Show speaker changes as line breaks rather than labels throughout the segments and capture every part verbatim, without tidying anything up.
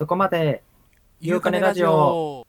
そこまでゆうかねラジオ。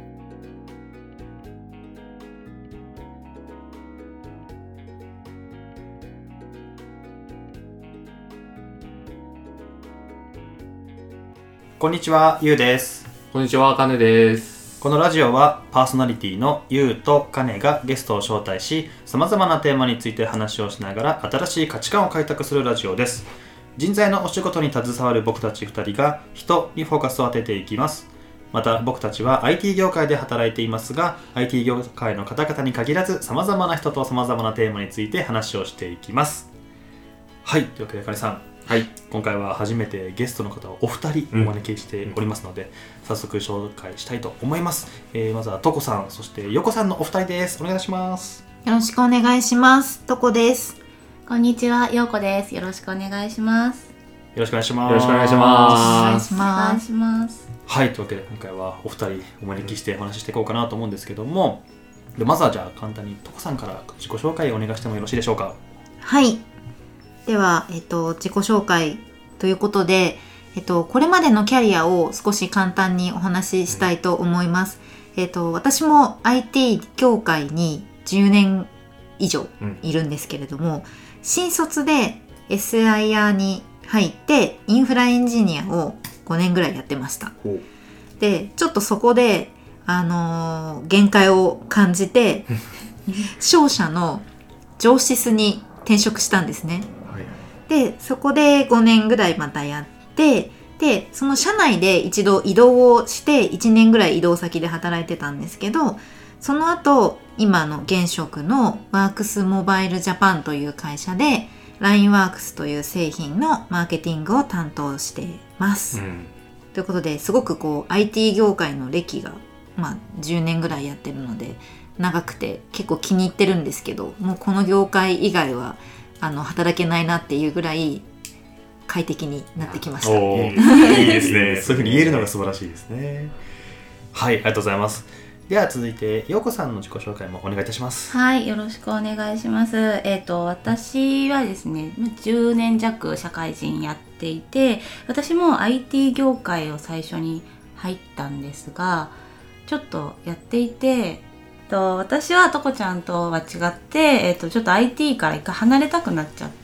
こんにちは、ゆうです。
こんにちは、かねです。
このラジオはパーソナリティのゆうとかねがゲストを招待し、様々なテーマについて話をしながら新しい価値観を開拓するラジオです。人材のお仕事に携わる僕たちふたりが人にフォーカスを当てていきます。また僕たちは アイティー 業界で働いていますが、 アイティー 業界の方々に限らず様々な人と様々なテーマについて話をしていきます。はい、というわけでかねさん、はい、今回は初めてゲストの方をお二人お招きしておりますので、うん、早速紹介したいと思います。えー、まずはとこさん、そしてよこさんのお二人です。お願いします。
よろしくお願いします。とこです。
こんにちは、ようこです。よろしくお願いします。
よろしくお願いします。
よろしくお願いします。
お願いします。
はい、というわけで今回はお二人お招きしてお話ししていこうかなと思うんですけども、でまずはじゃあ簡単にとこさんから自己紹介をお願いしてもよろしいでしょうか。
はい。では、えっと、自己紹介ということで、えっと、これまでのキャリアを少し簡単にお話ししたいと思います。うん、えっと、私も アイティー 業界にじゅうねん以上いるんですけれども、うん、新卒で エスアイアール に入ってインフラエンジニアをごねんぐらいやってました。で、ちょっとそこで、あのー、限界を感じて商社の上シスに転職したんですね。で、そこでごねんぐらいまたやって、で、その社内で一度移動をしていちねんぐらい移動先で働いてたんですけど、その後、今の現職のワークスモバイルジャパンという会社で ラインワークス という製品のマーケティングを担当してます。うん、ということで、すごくこう アイティー 業界の歴が、まあ、じゅうねんぐらいやってるので長くて結構気に入ってるんですけど、もうこの業界以外はあの働けないなっていうぐらい快適になってきました。
おいいですね。そういうふうに言えるのが素晴らしいですね。はい、ありがとうございます。では続いてようこさんの自己紹介もお願いいたします。
はい、よろしくお願いします。えっと私はですね、じゅうねん弱社会人やっていて、私も アイティー 業界を最初に入ったんですが、ちょっとやっていて、と私はとこちゃんとは違って、えー、とちょっと アイティー から一回離れたくなっちゃって、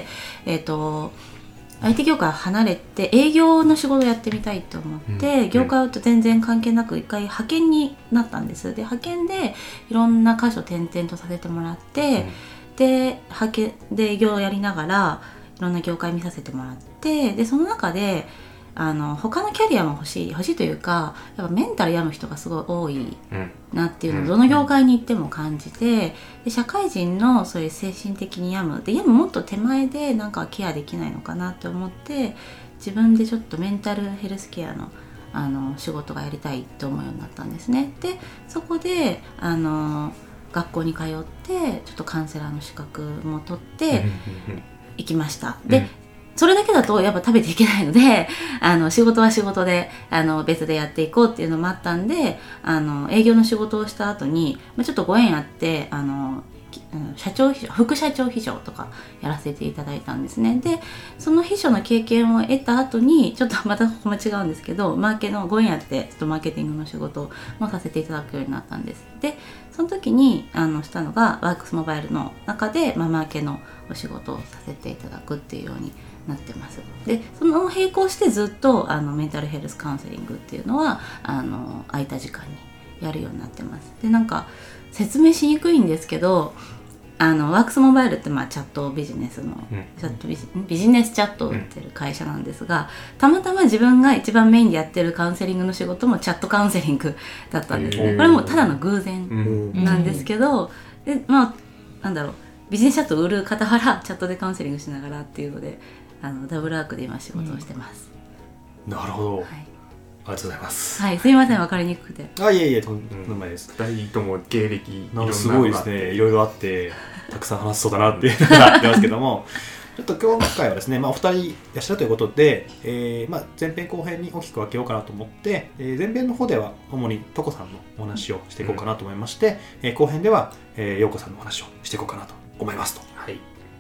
えー、と アイティー 業界離れて営業の仕事をやってみたいと思って、うん、業界と全然関係なく一回派遣になったんです。で、派遣でいろんな箇所転々とさせてもらって、うん、で派遣で営業をやりながらいろんな業界見させてもらって、でその中であの他のキャリアも欲しい欲しいというか、やっぱメンタル病む人がすごい多いなっていうのをどの業界に行っても感じて、で社会人のそういう精神的に病むで病むもっと手前でなんかケアできないのかなって思って、自分でちょっとメンタルヘルスケアのあの仕事がやりたいと思うようになったんですね。でそこであの学校に通ってちょっとカウンセラーの資格も取って行きました。で、うん、それだけだとやっぱ食べていけないので、あの仕事は仕事であの別でやっていこうっていうのもあったんで、あの営業の仕事をした後に、まあ、ちょっとご縁あってあの社長秘書副社長秘書とかやらせていただいたんですね。でその秘書の経験を得た後にちょっとまたここも違うんですけど、マーケのご縁あってちょっとマーケティングの仕事もさせていただくようになったんです。でその時にあのしたのがワークスモバイルの中で、まあ、マーケのお仕事をさせていただくっていうようになってます。でその並行してずっとあのメンタルヘルスカウンセリングっていうのはあの空いた時間にやるようになってます。でなんか説明しにくいんですけど、あのワークスモバイルってまあチャットビジネスの、うん、チャットビジ、ビジネスチャットを売ってる会社なんですが、うん、たまたま自分が一番メインでやってるカウンセリングの仕事もチャットカウンセリングだったんですね。これもただの偶然なんですけど、でまあなんだろう、ビジネスチャットを売る傍らチャットでカウンセリングしながらっていうので、あのダブルワークで今仕事をしてます。
うん、なるほど。はい、ありがとうございます。
はい、すいません、分かりにくくて。
あ、いえいえ、とんでもないです。
ふたりとも経歴いろんな
すごいですね。いろいろあってたくさん話しそうだなってなってますけども、ちょっと今回はですね、まあ、お二人いらっしゃるということで、えーまあ、前編後編に大きく分けようかなと思って、えー、前編の方では主にとこさんのお話をしていこうかなと思いまして、うん、えー、後編では、えー、ようこさんのお話をしていこうかなと思いますと。
はい。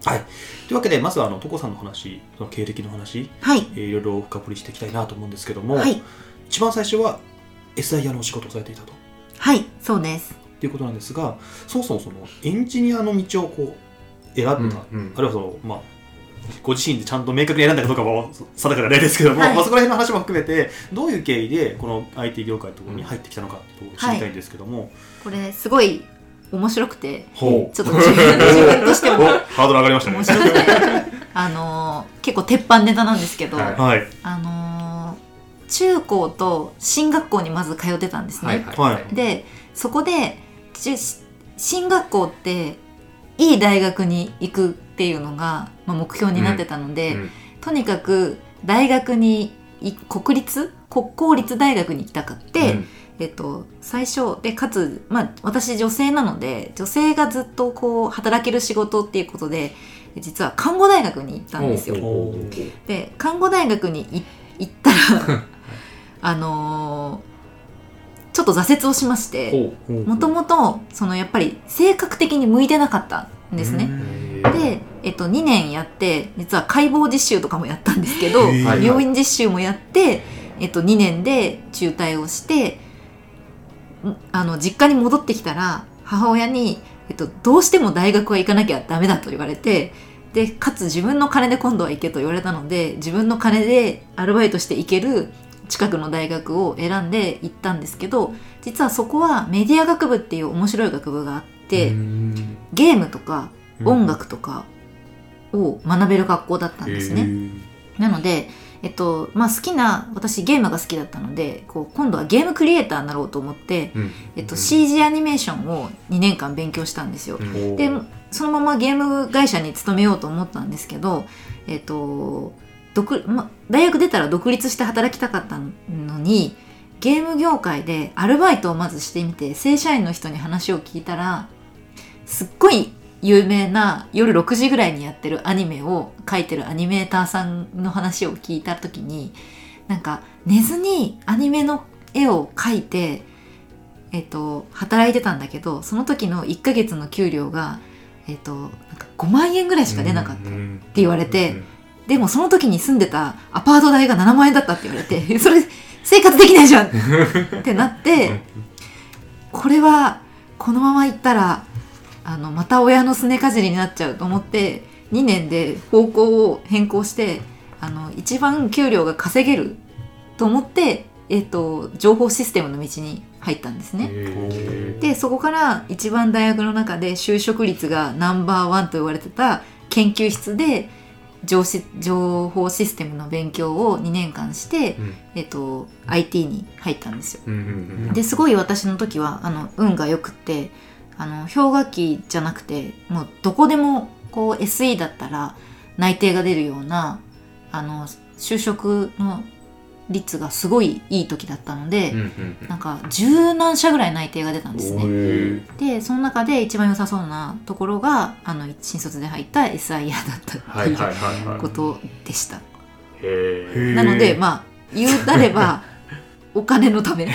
はい、というわけでまずはあの所さんの話、その経歴の話、
はい、
えー、いろいろ深掘りしていきたいなと思うんですけども、
はい、
一番最初は エスアイアール のお仕事をされていたと
はいそうです
いうことなんですが、そもそもそのエンジニアの道をこう選んだ、
うんうん、
あるいはそのまあご自身でちゃんと明確に選んだかどうかは定かではないですけども、
はい、
まあ、そこら辺の話も含めてどういう経緯でこの アイティー 業界のところに入ってきたのかというところを知りたいんですけども、はい、
これすごい面白くて、
ほう
ちょっと自分自分としても
ハードル上がりましたね。
面白くてあのー、結構鉄板ネタなんですけど、
はい、
あのー、中高と進学校にまず通ってたんですね、
はいはい、
でそこで進学校っていい大学に行くっていうのが、まあ、目標になってたので、うんうん、とにかく大学に国立国公立大学に行きたくって、うん、えっと、最初でかつ、まあ、私女性なので女性がずっとこう働ける仕事っていうことで実は看護大学に行ったんですよ。で看護大学に行ったらあのー、ちょっと挫折をしましてもともとそのやっぱり性格的に向いてなかったんですね。で、えっと、にねんやって実は解剖実習とかもやったんですけど病院実習もやって、えっと、にねんで中退をしてあの実家に戻ってきたら母親に、えっと、どうしても大学は行かなきゃダメだと言われて、でかつ自分の金で今度は行けと言われたので自分の金でアルバイトして行ける近くの大学を選んで行ったんですけど、実はそこはメディア学部っていう面白い学部があってゲームとか音楽とかを学べる学校だったんですね。なので、えっとまあ、好きな私ゲームが好きだったのでこう今度はゲームクリエイターになろうと思って、うんえっと、シージー アニメーションをにねんかん勉強したんですよ。うん、でそのままゲーム会社に勤めようと思ったんですけど、えっと独ま、大学出たら独立して働きたかったのにゲーム業界でアルバイトをまずしてみて正社員の人に話を聞いたらすっごい有名な夜ろくじぐらいにやってるアニメを描いてるアニメーターさんの話を聞いた時になんか寝ずにアニメの絵を描いて、えっと、働いてたんだけどその時のいっかげつの給料が、えっと、なんかごまんえんぐらいしか出なかったって言われて、でもその時に住んでたアパート代がななまんえんだったって言われてそれ生活できないじゃんってなってこれはこのまま行ったらあのまた親のすねかじりになっちゃうと思ってにねんで方向を変更してあの一番給料が稼げると思って、えーと、情報システムの道に入ったんですね。でそこから一番大学の中で就職率がナンバーワンと言われてた研究室で情, 情報システムの勉強をにねんかんして、うんえーと、アイティー に入ったんですよ。うんうんうん、ですごい私の時はあの運が良くってあの氷河期じゃなくてもうどこでもこう エスイー だったら内定が出るようなあの就職の率がすごいいい時だったので、うんうんうん、なんか十何社ぐらい内定が出たんですね。でその中で一番良さそうなところがあの新卒で入った エスアイアール だったっていうことでした。へなのでまあ言うたればお金のため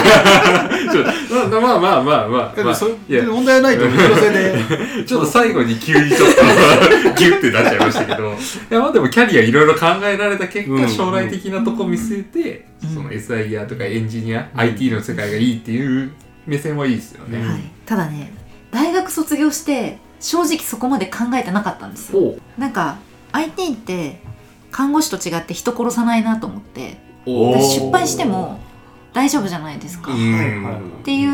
まあまあまあまあ、まあ、
それ問題はないと思うで
ちょっと最後に急にちょっとギュッてなっちゃいましたけどいやまあでもキャリアいろいろ考えられた結果、うん、将来的なとこ見据えて、うん、その エスアイアール とかエンジニア、うん、アイティー の世界がいいっていう目線はいいですよね、
はい、ただね大学卒業して正直そこまで考えてなかったんですよ。なんか アイティー って看護師と違って人殺さないなと思って失敗しても大丈夫じゃないですか、はいはい、っていう、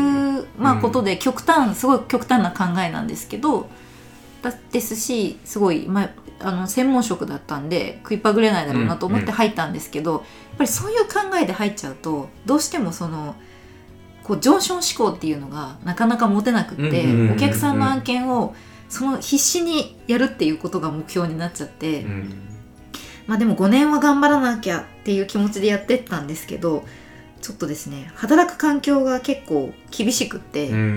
まあ、ことで極端すごい極端な考えなんですけどだですしすごい、まあ、あの専門職だったんで食いっぱぐれないだろうなと思って入ったんですけど、うんうん、やっぱりそういう考えで入っちゃうとどうしてもそのこうジョンション思考っていうのがなかなか持てなくって、うんうんうんうん、お客さんの案件をその必死にやるっていうことが目標になっちゃって、うん、まあでもごねんは頑張らなきゃっていう気持ちでやってったんですけどちょっとですね働く環境が結構厳しくって、うん、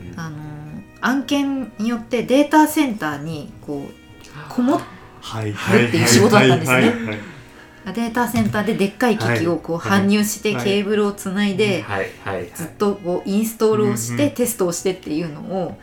あの案件によってデータセンターにこうこもるっていう仕事だったんですね。データセンターででっかい機器をこう搬入してケーブルをつないでずっとこうインストールをしてテストをしてっていうのを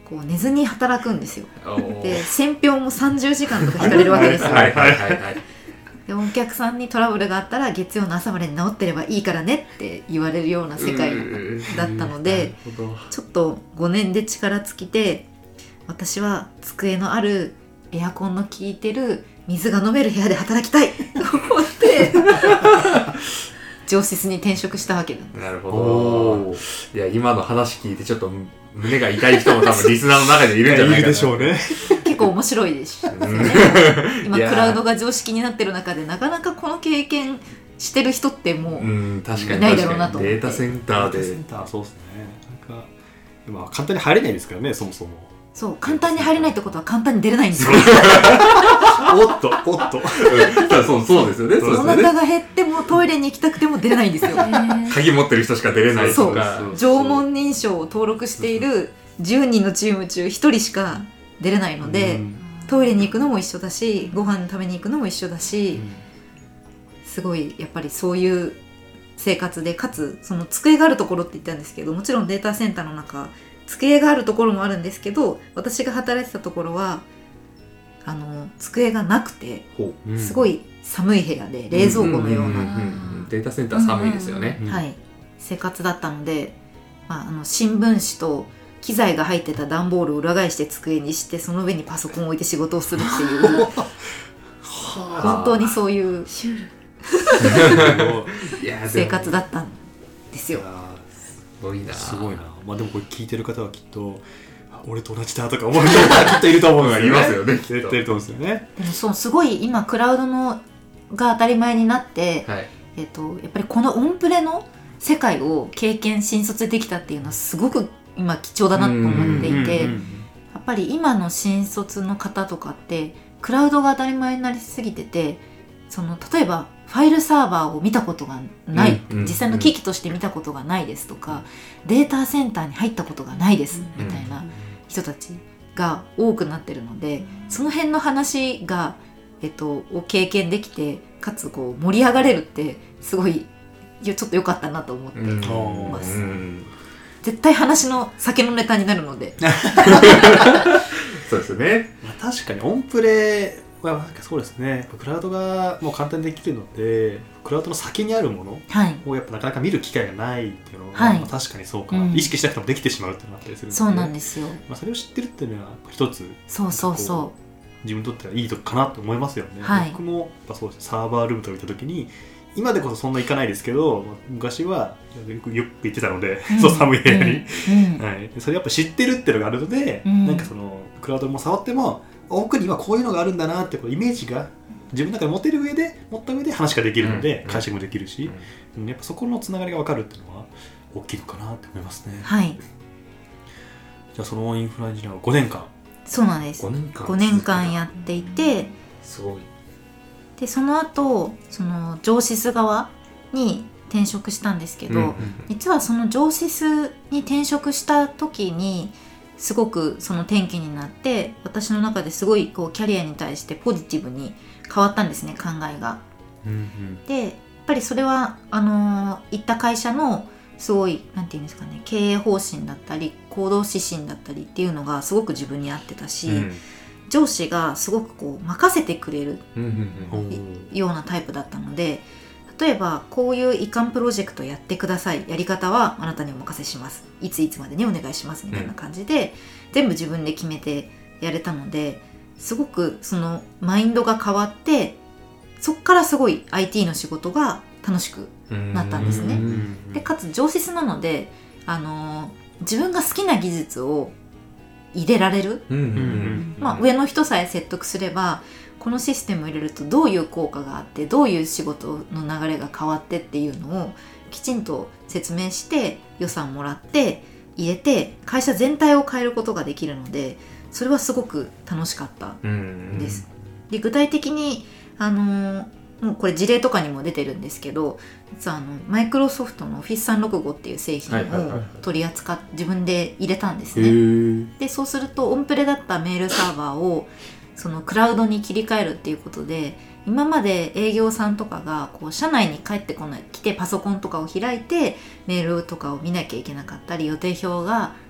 こう寝ずに働くんですよ。
おー
で選票もさんじゅうじかんとか引かれるわけですよ。
はいはいはいはい
でお客さんにトラブルがあったら月曜の朝までに治ってればいいからねって言われるような世界だったので、
なるほど。
ちょっとごねんで力尽きて、私は机のあるエアコンの効いてる水が飲める部屋で働きたいと思って上司室に転職したわけなんです。
なるほ
お
ど。
ー。
いや今の話聞いてちょっと胸が痛い人も多分リスナーの中でいるんじゃないかな。
いるでしょうね。
結構面白いですよね。今
いや
クラウドが常識になってる中でなかなかこの経験してる人ってもう、
うん確かに
いないだ
確かに
ろうなと思って
データセンターで
データセンターそうですね。なんかまあ簡単に入れないですからね、そもそも。
そう簡単に入れないってことは簡単に出れないんですよ。
おっとおっと。
うんそうそうですよね。そうです
お
よね。
腹が減ってもトイレに行きたくても出れないんですよ。
鍵持ってる人しか出れないとか。
そう
縄文認証を登録しているじゅうにんのチーム中ひとりしか出れないので、
うん
トイレに行くのも一緒だし、ご飯食べに行くのも一緒だし、すごいやっぱりそういう生活で、かつその机があるところって言ったんですけど、もちろんデータセンターの中机があるところもあるんですけど、私が働いてたところはあの机がなくて、
ほう
すごい寒い部屋で冷蔵庫のような、
んんんんデータセンター寒いですよね。
うん
はい、生活だったので、まあ、あの新聞紙と機材が入ってた段ボールを裏返して机にして、その上にパソコンを置いて仕事をするっていう本当にそういう
シュール。
いや
生活だったんですよ。
いや
すごいな。
すごいな。まあでもこれ聞いてる方はきっとあ俺と同じだとか思う人がきっといると思うんですよね。
いますよねきっと
絶対いると思うんですよね。
でもそうすごい今クラウドのが当たり前になって、
はい。
えっと、やっぱりこのオンプレの世界を経験新卒でできたっていうのはすごく今貴重だなと思っていて、
うんうんうん
やっぱり今の新卒の方とかってクラウドが当たり前になりすぎてて、その例えばファイルサーバーを見たことがない、
うんうん
実際の機器として見たことがないですとか、データセンターに入ったことがないですみたいな人たちが多くなってるので、その辺の話が、えっと、を経験できて、かつこう盛り上がれるってすごいちょっと良かったなと思って
うん
ます。
うん
絶対話の酒のネタになるので
そうですよね。
まあ、確かにオンプレはなんかそうですね。やっぱクラウドがもう簡単にできるので、クラウドの先にあるもの
はい
をやっぱなかなか見る機会がないっていうのは、
はい
まあ、確かにそうか、
うん
意識しなくてもできてしまうっていうのがあったりするので、
そうなんですよ。
まあ、それを知ってるっていうのは一つ
そうそうそ
自分にとってはいいとこかなと思いますよね。
はい
僕もやっぱそうです。サーバールームとか行った時に今でこそそんな行かないですけど、昔はよくよく行ってたので、
う、
そう寒い部屋に、
うんうん
はい、それやっぱ知ってるっていうのがあるので、
うん
なんかそのクラウドも触っても奥にはこういうのがあるんだなってこうイメージが自分の中で持てる上で持った上で話ができるので、
うん
解釈もできるし、うんやっぱそこのつながりが分かるっていうのは大きいのかなって思いますね。
はい、
じゃあそのインフラエンジニアはごねんかん
そうなんです。
ごねんかん
ごねんかんやっていて、
すごい。
でその後その上司室側に転職したんですけど、
うんうん
実はその上司室に転職した時にすごくその転機になって、私の中ですごいこうキャリアに対してポジティブに変わったんですね、考えが。
うんうん
でやっぱりそれはあのー行った会社のすごいなんていうんですかね、経営方針だったり行動指針だったりっていうのがすごく自分に合ってたし、
うん
上司がすごくこう任せてくれる
うんうんうん
おー
ようなタイプだったので、例えばこういう移管プロジェクトやってください、やり方はあなたにお任せします、いついつまでにお願いしますみたいな感じで、全部自分で決めてやれたので、すごくそのマインドが変わって、そっからすごい アイティー の仕事が楽しくなったんですね。
うん
でかつ上司室なので、あのー自分が好きな技術を入れられる、
うんうんうん
まあ、上の人さえ説得すればこのシステムを入れるとどういう効果があってどういう仕事の流れが変わってっていうのをきちんと説明して予算もらって入れて会社全体を変えることができるので、それはすごく楽しかった
うんうん
です。で具体的にあのーもうこれ事例とかにも出てるんですけど、実はあのマイクロソフトの オフィスさんろくじゅうご っていう製品
はいはいはいはい
を取り扱っ自分で入れたんです
へ
ね。
ー
でそうするとオンプレだったメールサーバーをそのクラウドに切り替えるっていうことで、今まで営業さんとかがこう社内に帰ってこない来てパソコンとかを開いてメールとかを見なきゃいけなかったり、予定表が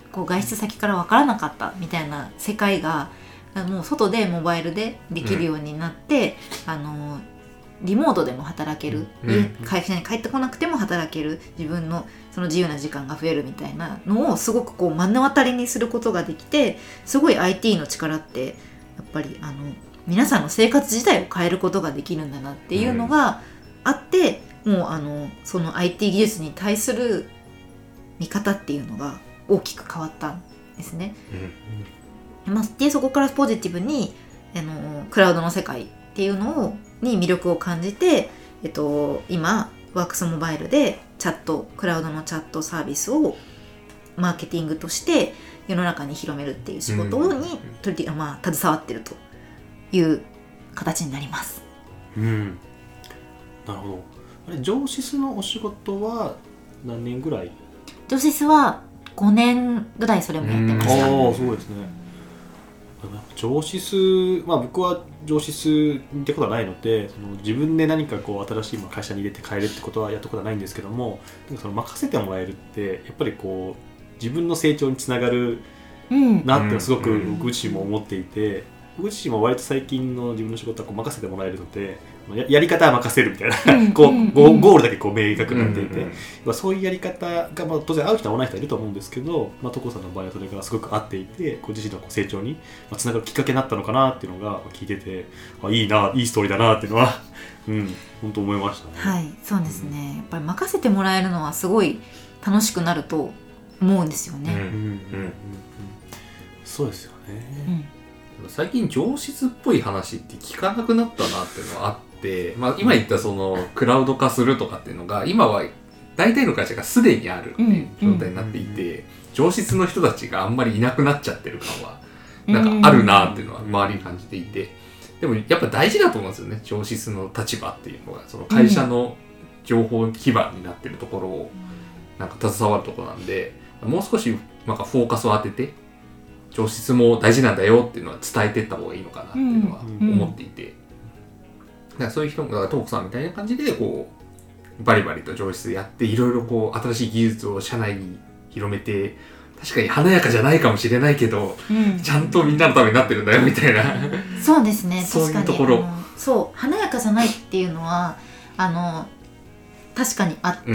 こう外出先から分からなかったみたいな世界がもう外でモバイルでできるようになって、うん、あのリモートでも働ける、うん、会社に帰ってこなくても働ける、自分のその自由な時間が増えるみたいなのをすごくこう目の当たりにすることができて、すごい アイティー の力ってやっぱりあの皆さんの生活自体を変えることができるんだなっていうのがあって、うん、もうあのその アイティー 技術に対する見方っていうのが大きく変わったんですね。うんまあ、でそこからポジティブにあのクラウドの世界っていうのをに魅力を感じて、えっと、今ワークスモバイルでチャットクラウドのチャットサービスをマーケティングとして世の中に広めるっていう仕事に取り、まあ、携わってるという形になります。
うん、なるほど。あれジョーシスのお仕事は何年ぐらい？
ジョーシスはごねんぐらいそれもやってました。
ああ、すごいですね。ジョーシス、まあ僕はジョーシスにってことはないので、その自分で何かこう新しい会社に入れて変えるってことはやったことはないんですけども、その任せてもらえるってやっぱりこう自分の成長につながるなってすごく僕自身も思っていて、僕自身も割と最近の自分の仕事はこう任せてもらえるので、や, やり方は任せるみたいなこう、うん、ゴールだけこう明確になっていて、うんうん、そういうやり方が、まあ、当然合う人は合わない人はいると思うんですけど、まあ、所さんの場合はそれがすごく合っていて、ご自身のこう成長につながるきっかけになったのかなっていうのが聞いてて、あいいないいストーリーだなっていうのは、うん、本当思いましたね。
はい、そうですね、うん、やっぱり任せてもらえるのはすごい楽しくなると思うんですよね。うんうんうんうん、
そうですよね、
うん、最近上質っぽい話って聞かなくなったなっていうのはあって、まあ、今言ったそのクラウド化するとかっていうのが今は大体の会社がすでにあるっていう状態になっていて、うんうん、上質の人たちがあんまりいなくなっちゃってる感はなんかあるなっていうのは周りに感じていて、でもやっぱ大事だと思うんですよね、上質の立場っていうのがその会社の情報基盤になってるところをなんか携わるところなんで、もう少しなんかフォーカスを当てて上質も大事なんだよっていうのは伝えていった方がいいのかなっていうのは思っていて、うんうん、だからそういう人もトークさんみたいな感じでこうバリバリと上質やっていろいろこう新しい技術を社内に広めて、確かに華やかじゃないかもしれないけど、うん、ちゃんとみんなのためになってるんだよみたいな
そうですね、
そういうところ、
そう華やかじゃないっていうのはあの確かにあって、うんうん、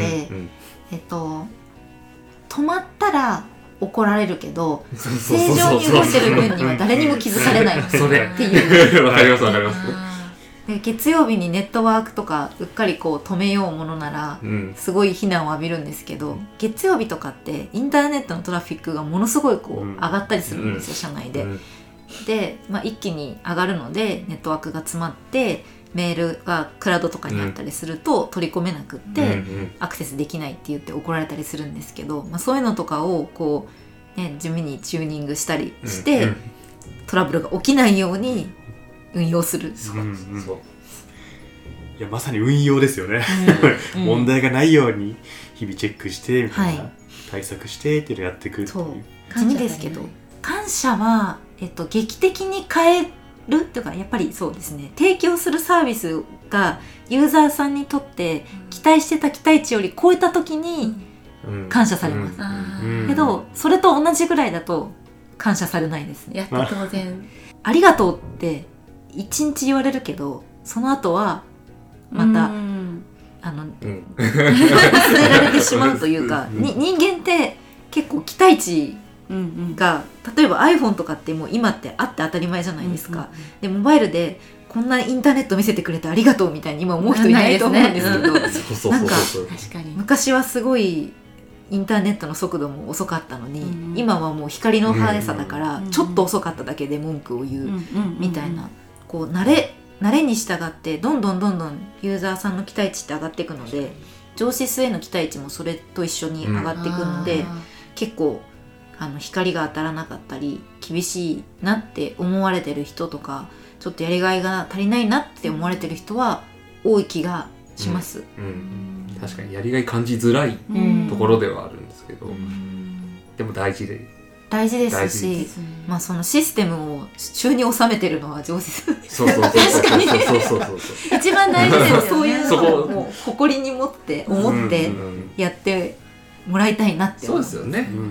えっと止まったら怒られるけど正常に動いてる分には誰にも気づかれないっていう
わかりますわかります。
で月曜日にネットワークとかうっかりこう止めようものならすごい非難を浴びるんですけど、うん、月曜日とかってインターネットのトラフィックがものすごいこう上がったりするんですよ、うん、社内で、うん、で、まあ、一気に上がるのでネットワークが詰まってメールがクラウドとかにあったりすると取り込めなくってアクセスできないって言って怒られたりするんですけど、まあ、そういうのとかをこう、ね、地味にチューニングしたりしてトラブルが起きないように運用する、
そうなんです、うんうん、そういやまさに運用ですよね、うんうん、問題がないように日々チェックしてみたいな、はい、対策してっていうのをやっていくっていう。
地味ですけど感謝は、えっと、劇的に変えるっていうかやっぱりそうですね、提供するサービスがユーザーさんにとって期待してた期待値より超えた時に感謝されます、うんうん、けどそれと同じぐらいだと感謝されないですね。
やっと当然
ありがとうって一日言われるけどその後はまた、うん、あの、うん、忘れられてしまうというか、に人間って結構期待値が、うんうん、例えば iPhone とかってもう今ってあって当たり前じゃないですか、うんうん、でモバイルでこんなインターネット見せてくれてありがとうみたいに今思う人いないと思うんですけど、なんか昔はすごいインターネットの速度も遅かったのに、うんうん、今はもう光の速さだからちょっと遅かっただけで文句を言うみたいな、こう慣れ慣れに従ってどんどんどんどんユーザーさんの期待値って上がっていくので、上質への期待値もそれと一緒に上がっていくので、うん、結構あの光が当たらなかったり厳しいなって思われてる人とか、ちょっとやりがいが足りないなって思われてる人は多い気がします、
うんうん、確かにやりがい感じづらいところではあるんですけど、うん、でも大事で
大事ですし、ですね、まあ、そのシステムを手中に収めてるのは上質
そうそうそうそうそう
一番大事ですよね。そういうのをもう誇りに持って思ってやってもらいたいなって思う。
そうですよね、うん、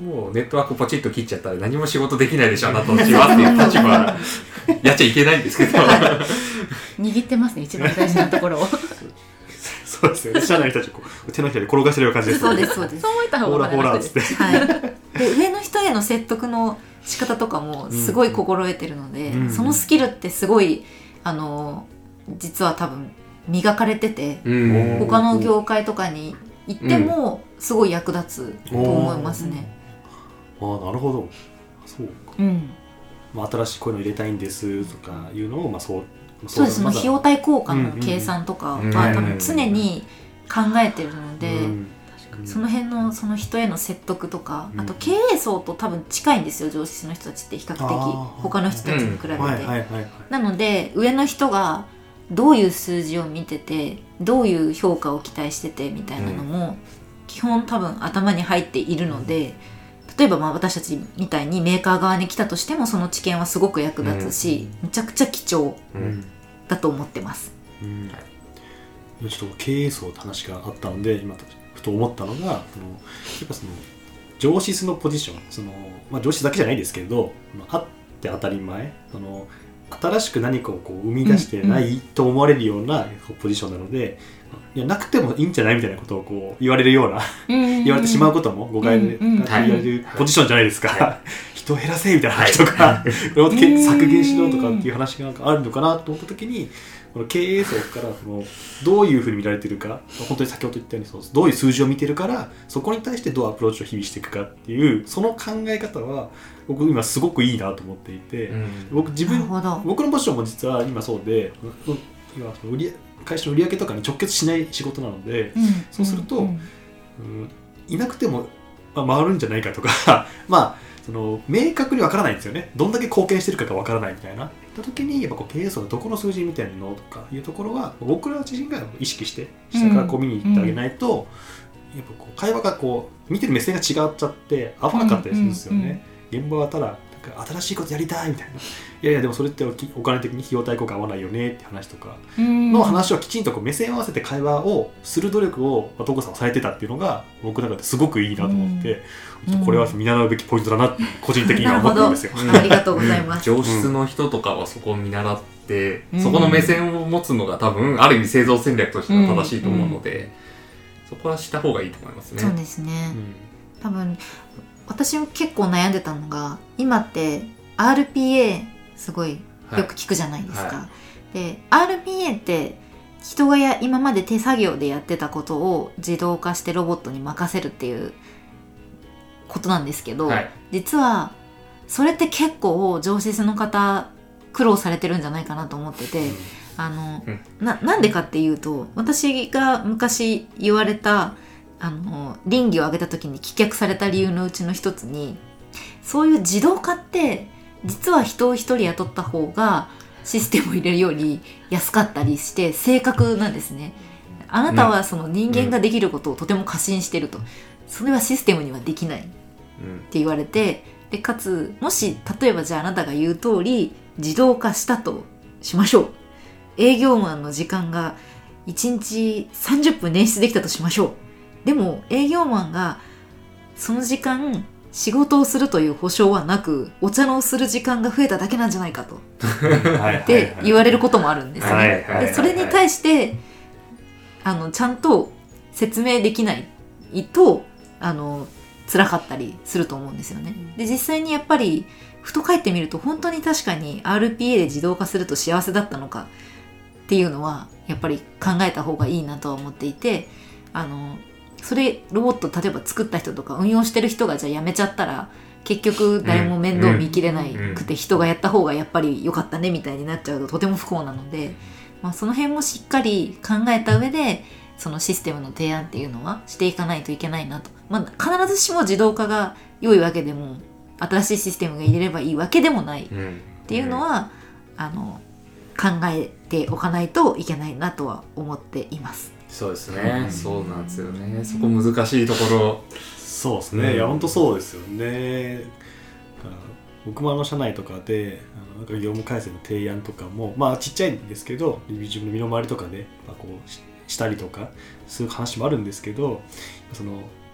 もうネットワークポチッと切っちゃったら何も仕事できないでしょあなたたちはっていう立場やっちゃいけないんですけど
握ってますね、一番大事なところを
そうですよね。社内の人たちこう手のひらで転がしてるような感じです
そうですそうです
そう思った方
ほら
が楽です
ほらっつって
はい、で上の人への説得の仕方とかもすごい心得てるので、
うん
そのスキルってすごいあの実は多分磨かれてて、
うん
他の業界とかに行ってもすごい役立つと思いますね。
ああなるほど。そうか、
うん、
まあ、新しいこういうの入れたいんですとかいうのを、まあ、そう
そうです。その
まだ
費用対効果の計算とかは
うん
多分常に考えてるので、
うん
その辺のその人への説得とか、
うん
あと経営層と多分近いんですよ、上司の人たちって比較的
あー
他の人たちに比べて、
はいはいはいはい。
なので上の人がどういう数字を見ててどういう評価を期待しててみたいなのも基本多分頭に入っているので、例えばまあ私たちみたいにメーカー側に来たとしてもその知見はすごく役立つし、めちゃくちゃ貴重
うん
だと思ってます。
うんうん、ちょっと経営層って話があったので今ふと思ったのが、そのやっぱその上司のポジション、その、まあ、上司だけじゃないですけど、あって当たり前、その新しく何かをこう生み出してないと思われるようなポジションなので、いやなくてもいいんじゃないみたいなことをこう言われるような言われてしまうことも誤解で
うんうん
言われるポジションじゃないですか、
は
人を減らせみたいな話とか、これを削減しろとかっていう話がなんかあるのかなと思った時に、この経営層からそのどういうふうに見られてるか、本当に先ほど言ったようにそうどういう数字を見てるからそこに対してどうアプローチを日々していくかっていうその考え方は僕今すごくいいなと思っていて、
うん
僕自分
なるほど。
僕のポジションも実は今そうで、うん今その売り会社の売り上げとかに直結しない仕事なので、
うん
そうすると
ん
うんいなくても、まあ、回るんじゃないかとかまあその明確にわからないんですよね。どんだけ貢献してるかがわからないみたいな。った時にやっぱこう経営層がどこの数字見てるのとかいうところは僕ら自身が意識して下からこう見に行ってあげないと、やっぱこう会話がこう見てる目線が違っちゃって合わなかったりするんですよね。現場はただなんか新しいことやりたいみたいな、いやいやでもそれってお金的に費用対効果合わないよねって話とかの話をきちんとこう目線を合わせて会話をする努力をトコさんはされてたっていうのが僕の中ですごくいいなと思って、
うん
これは見習うべきポイントだなって個人的には思ってるんですよ。
うん
ありがとうございます。
上質の人とかはそこを見習って、
うん
そこの目線を持つのが多分ある意味製造戦略としては正しいと思うので、そこはした方がいいと思いますね。
そうですね。
うん
多分私も結構悩んでたのが、今って アールピーエー すごいよく聞くじゃないですか。
は
で アールピーエー って人がや今まで手作業でやってたことを自動化してロボットに任せるっていうことなんですけど、
はい
実はそれって結構上司の方苦労されてるんじゃないかなと思ってて、あの、
うん
な, なんでかっていうと、私が昔言われたあの倫理を上げた時に棄却された理由のうちの一つに、そういう自動化って実は人を一人雇った方がシステムを入れるより安かったりして正確なんですね。あなたはその人間ができることをとても過信してると、それはシステムにはできないって
うん
言われて、でかつもし例えばじゃああなたが言う通り自動化したとしましょう。営業マンの時間がいちにちさんじゅっぷん捻出できたとしましょう。でも営業マンがその時間仕事をするという保証はなく、お茶のをする時間が増えただけなんじゃないかとって言われることもあるんですよ
はい
ね。
はいはい
でそれに対してあのちゃんと説明できないとあの辛かったりすると思うんですよね。で実際にやっぱりふと帰ってみると、本当に確かに アールピーエー で自動化すると幸せだったのかっていうのはやっぱり考えた方がいいなとは思っていて、あのそれロボット例えば作った人とか運用してる人がじゃあ辞めちゃったら結局誰も面倒見きれなくて人がやった方がやっぱり良かったねみたいになっちゃうととても不幸なので、まあ、その辺もしっかり考えた上でそのシステムの提案っていうのはしていかないといけないなと、まあ、必ずしも自動化が良いわけでも新しいシステムが入れればいいわけでもないっ
うん
ていうのは、あの考えておかないといけないなとは思っています。
そうですね、そうなんですよね。そこ難しいところ。
そうですね、
うん
いや本当そうですよね。だから僕もあの社内とかであのなんか業務改正の提案とかもまあちっちゃいんですけど、自分の身の回りとかで、まあ、こうししたりとかする話もあるんですけど、その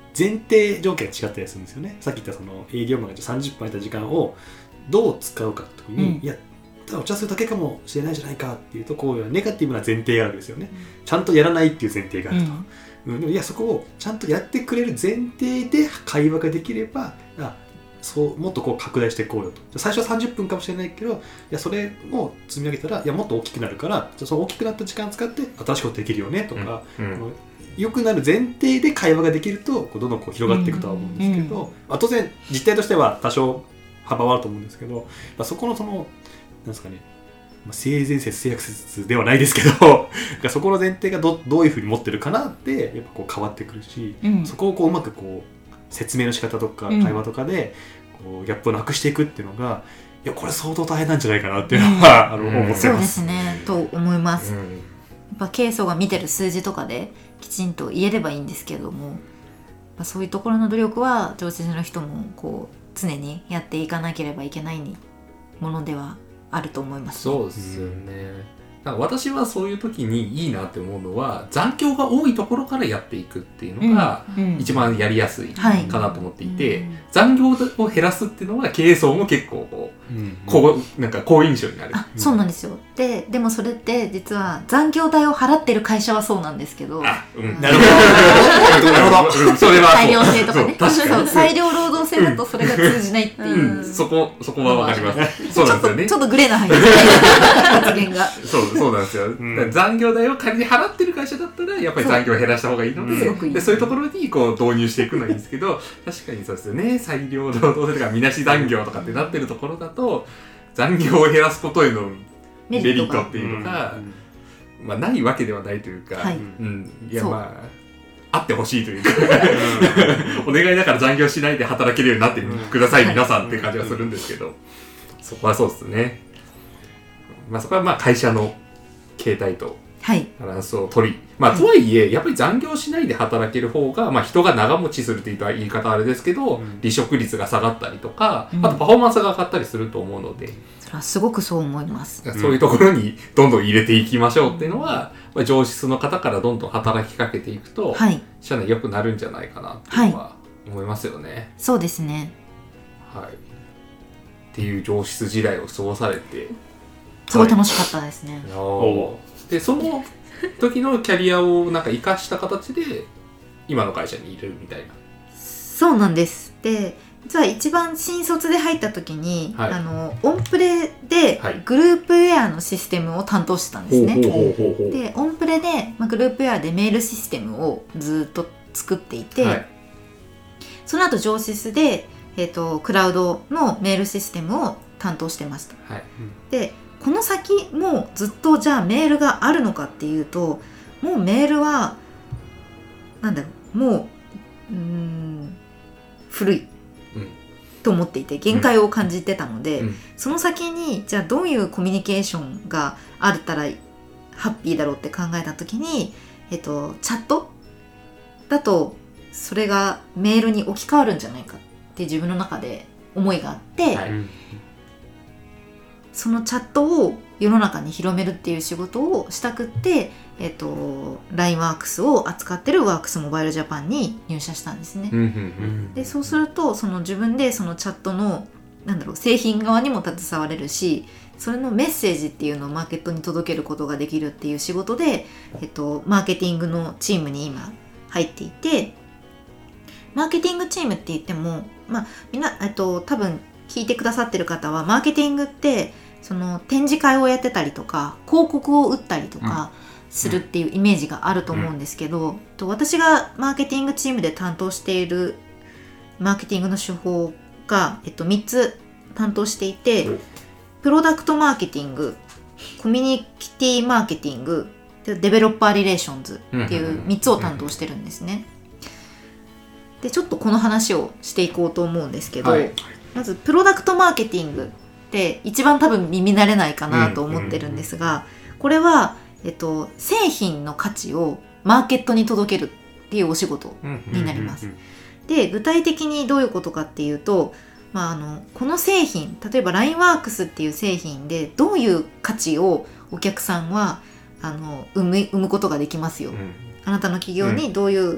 前提条件が違ったりするんですよね。さっき言ったその営業マンがさんじゅっぷん空いた時間をどう使うかって時に、うん、いやただお茶するだけかもしれないじゃないかっていうと、こういうネガティブな前提があるわけですよね、うん、ちゃんとやらないっていう前提があると、うんうん、でもいやそこをちゃんとやってくれる前提で会話ができれば、あそうもっとこう拡大していこうよと。最初はさんじゅっぷんかもしれないけど、いやそれを積み上げたらいやもっと大きくなるから、その大きくなった時間を使って新しいことできるよねとか、うんうん、良くなる前提で会話ができるとこうどんどんこう広がっていくとは思うんですけど、うんうん、当然実態としては多少幅はあると思うんですけど、そこのそのなんですかね、性善説性悪説ではないですけどそこの前提が ど, どういうふうに持ってるかなってやっぱこう変わってくるし、うん、そこをこううまくこう説明の仕方とか会話とかでこうギャップをなくしていくっていうのが、いやこれ相当大変なんじゃないかなっていうのは、うん、あの思ってます。
そうですねと思います、うん、やっぱ経営層が見てる数字とかできちんと言えればいいんですけれども、そういうところの努力は上司の人もこう常にやっていかなければいけないものではあると思います、
ね、そうですよね。なんか私はそういう時にいいなって思うのは、残業が多いところからやっていくっていうのが一番やりやすいかなと思っていて、うんうん、残業を減らすっていうのは経営層も結構こう、うんうん、こうなんか好印象になる。
あ、そうなんですよ。で、でもそれって実は残業代を払ってる会社はそうなんですけど、
あ、うん、
なるほどなるほどそれは
裁量制とかね、
そう確かに
裁量労働制だとそれが通じないっていう、
うん、そこそこはわかります。そうなんですよね。
ちょっとグレーな範囲ですね発言が。
そうそうなんですよ。うん、残業代を仮に払ってる会社だったらやっぱり残業を減らした方がいいので、そう、でそういうところにこう導入していくのはいいんですけど、確かにそうですよね。裁量労働制とかみなし残業とかってなってるところだと、残業を減らすことへのメリットっていうのが、うん、まあ、ないわけではないというか、はい、うん、いやまああってほしいというかお願いだから残業しないで働けるようになってください、うん、皆さんっていう感じがするんですけど、そこはそうですね。まあそこはまあ会社の形態とバランスを取り、はい、まあとはいえやっぱり残業しないで働ける方が、まあ、人が長持ちするっていう言い方はあれですけど、うん、離職率が下がったりとか、うん、あとパフォーマンスが上がったりすると思うので、
それはすごくそう思います。
そういうところにどんどん入れていきましょうっていうのは、まあ、上司の方からどんどん働きかけていくと、はい、社内良くなるんじゃないかなっていうのは思いますよね、はい、
そうですね、
はい、っていう上司時代を過ごされて
すごい楽しかったですね。
でその時のキャリアをなんか生かした形で今の会社にいるみたいな。
そうなんです。で実は一番新卒で入った時に、はい、あのオンプレでグループウェアのシステムを担当してたんですね。でオンプレで、まあ、グループウェアでメールシステムをずっと作っていて、はい、その後上シスで、えーと、クラウドのメールシステムを担当してました、はい、でこの先もずっとじゃあメールがあるのかっていうと、もうメールはなんだろう、もう、うーん古い、うん、と思っていて限界を感じてたので、うんうん、その先にじゃあどういうコミュニケーションがあったらハッピーだろうって考えた時に、えっと、チャットだとそれがメールに置き換わるんじゃないかって自分の中で思いがあって、はい、そのチャットを世の中に広めるっていう仕事をしたくって、えっと、ライン ワークスを扱ってるワークスモバイルジャパンに入社したんですね。でそうするとその自分でそのチャットのなんだろう製品側にも携われるし、それのメッセージっていうのをマーケットに届けることができるっていう仕事で、えっと、マーケティングのチームに今入っていて、マーケティングチームって言っても、まあ、みんな、えっと、多分聞いてくださってる方はマーケティングってその展示会をやってたりとか広告を打ったりとかするっていうイメージがあると思うんですけど、うん、私がマーケティングチームで担当しているマーケティングの手法が、えっと、みっつ担当していて、うん、プロダクトマーケティング、コミュニティマーケティング、デベロッパーリレーションズっていうみっつを担当してるんですね。でちょっとこの話をしていこうと思うんですけど、はい、まずプロダクトマーケティングって一番多分耳慣れないかなと思ってるんですが、これは、えっと、製品の価値をマーケットに届けるっていうお仕事になります。で具体的にどういうことかっていうと、まあ、あのこの製品、例えば ライン ワークスっていう製品でどういう価値をお客さんはあの生む、生むことができますよ、うん、あなたの企業にどういう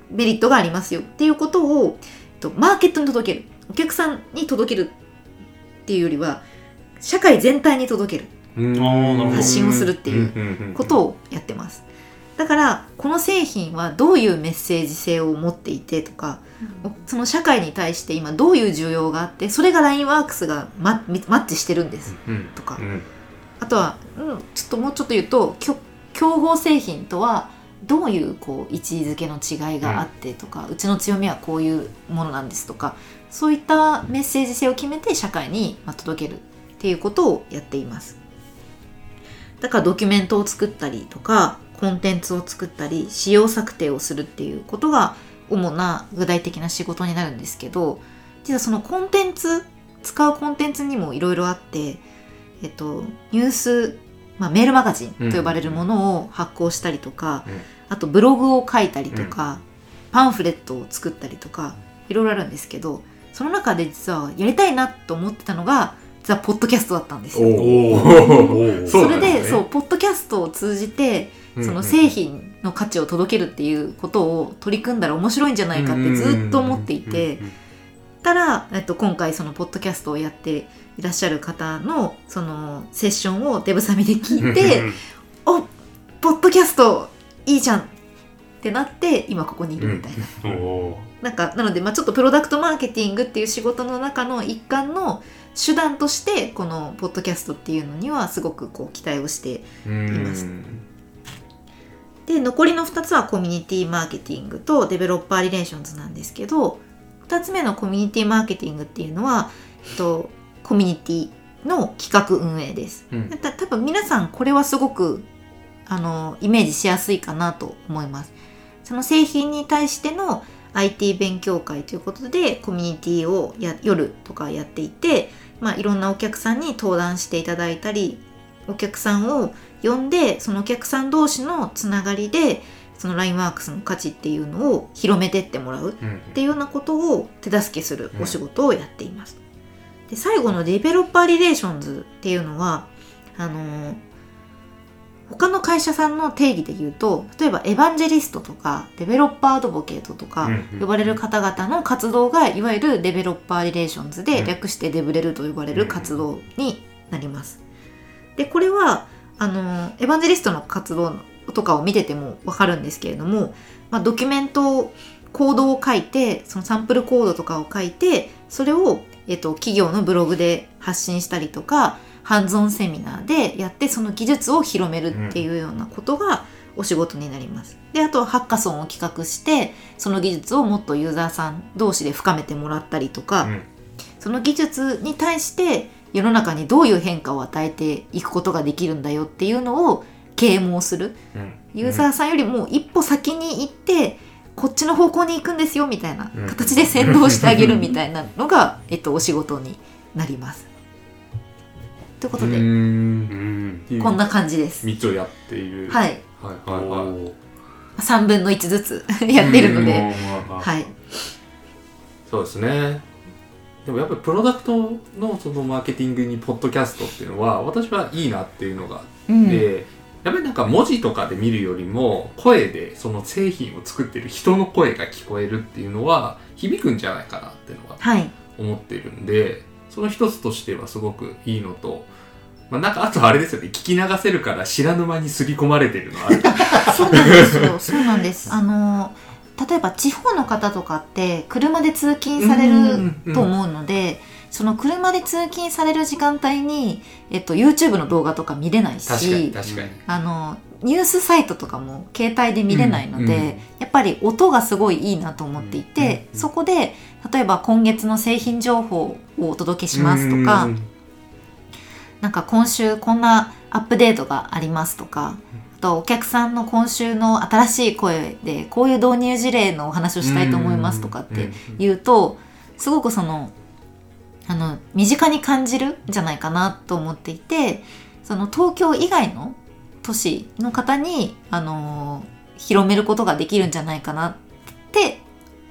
メリットがありますよっていうことをマーケットに届ける、お客さんに届けるっていうよりは社会全体に届ける、発信をするっていうことをやってます。だからこの製品はどういうメッセージ性を持っていてとか、うん、その社会に対して今どういう需要があってそれが ラインワークス が マ, マッチしてるんです、うん、とか、うん、あとは、うん、ちょっともうちょっと言うと競合製品とはどういうこう位置づけの違いがあってとか、うん、うちの強みはこういうものなんですとか、そういったメッセージ性を決めて社会に届けるっていうことをやっています。だからドキュメントを作ったりとかコンテンツを作ったり仕様策定をするっていうことが主な具体的な仕事になるんですけど、実はそのコンテンツ使うコンテンツにもいろいろあって、えっと、ニュース、まあ、メールマガジンと呼ばれるものを発行したりとか、うん、あとブログを書いたりとか、うん、パンフレットを作ったりとかいろいろあるんですけど、その中で実はやりたいなと思ってたのが実はポッドキャストだったんですよ。おそれでそうポッドキャストを通じてその製品の価値を届けるっていうことを取り組んだら面白いんじゃないかってずっと思っていて、たら、えっと、今回そのポッドキャストをやっていらっしゃる方のそのセッションをデブサミで聞いておポッドキャストいいじゃんってなって今ここにいるみたいな、うん、なんかなので、まあ、ちょっとプロダクトマーケティングっていう仕事の中の一環の手段としてこのポッドキャストっていうのにはすごくこう期待をしています。で残りのふたつはコミュニティマーケティングとデベロッパーリレーションズなんですけど、ふたつめのコミュニティマーケティングっていうのは、えっと、コミュニティの企画運営です、うん、た多分皆さんこれはすごくあのイメージしやすいかなと思います。その製品に対しての アイティー 勉強会ということでコミュニティをや夜とかやっていて、まあ、いろんなお客さんに登壇していただいたり、お客さんを呼んでそのお客さん同士のつながりでその ラインワークス の価値っていうのを広めてってもらうっていうようなことを手助けするお仕事をやっています。で最後のデベロッパーリレーションズっていうのはあの他の会社さんの定義で言うと、例えばエヴァンジェリストとかデベロッパーアドボケートとか呼ばれる方々の活動がいわゆるデベロッパーリレーションズで、略してデブレルと呼ばれる活動になります。でこれはあのエヴァンジェリストの活動とかを見てても分かるんですけれども、まあ、ドキュメントコードを書いてそのサンプルコードとかを書いてそれを、えっと、企業のブログで発信したりとかハンズオンセミナーでやってその技術を広めるっていうようなことがお仕事になります。であとはハッカソンを企画してその技術をもっとユーザーさん同士で深めてもらったりとか、うん、その技術に対して世の中にどういう変化を与えていくことができるんだよっていうのを啓蒙する、うん、ユーザーさんよりも一歩先に行ってこっちの方向に行くんですよみたいな形で先導してあげるみたいなのが、えっと、お仕事になります。ということで、うーんこんな感じです。
みっつをやっている。
はい。
はいはいはい。
さんぶんのいちずつやってるので、はい。
そうですね。でもやっぱりプロダクトのそのマーケティングにポッドキャストっていうのは私はいいなっていうのがあって、うん、やっぱりなんか文字とかで見るよりも声でその製品を作ってる人の声が聞こえるっていうのは響くんじゃないかなっていうのが思ってるんで、はい、その一つとしてはすごくいいのと、まあ、なんかあとあれですよね、聞き流せるから知らぬ間に刷り込まれてるのある
そうなんですよ。そうなんです。あの例えば地方の方とかって車で通勤されると思うので、うんうん、その車で通勤される時間帯に、えっと、YouTube の動画とか見れないし、
確かに確かに
あのニュースサイトとかも携帯で見れないので、うんうん、やっぱり音がすごいいいなと思っていて、うんうんうん、そこで例えば今月の製品情報をお届けしますとか、うんうん、なんか今週こんなアップデートがありますとか、あとお客さんの今週の新しい声でこういう導入事例のお話をしたいと思いますとかって言うと、すごくそのあの身近に感じるんじゃないかなと思っていて、その東京以外の都市の方に、あのー、広めることができるんじゃないかなって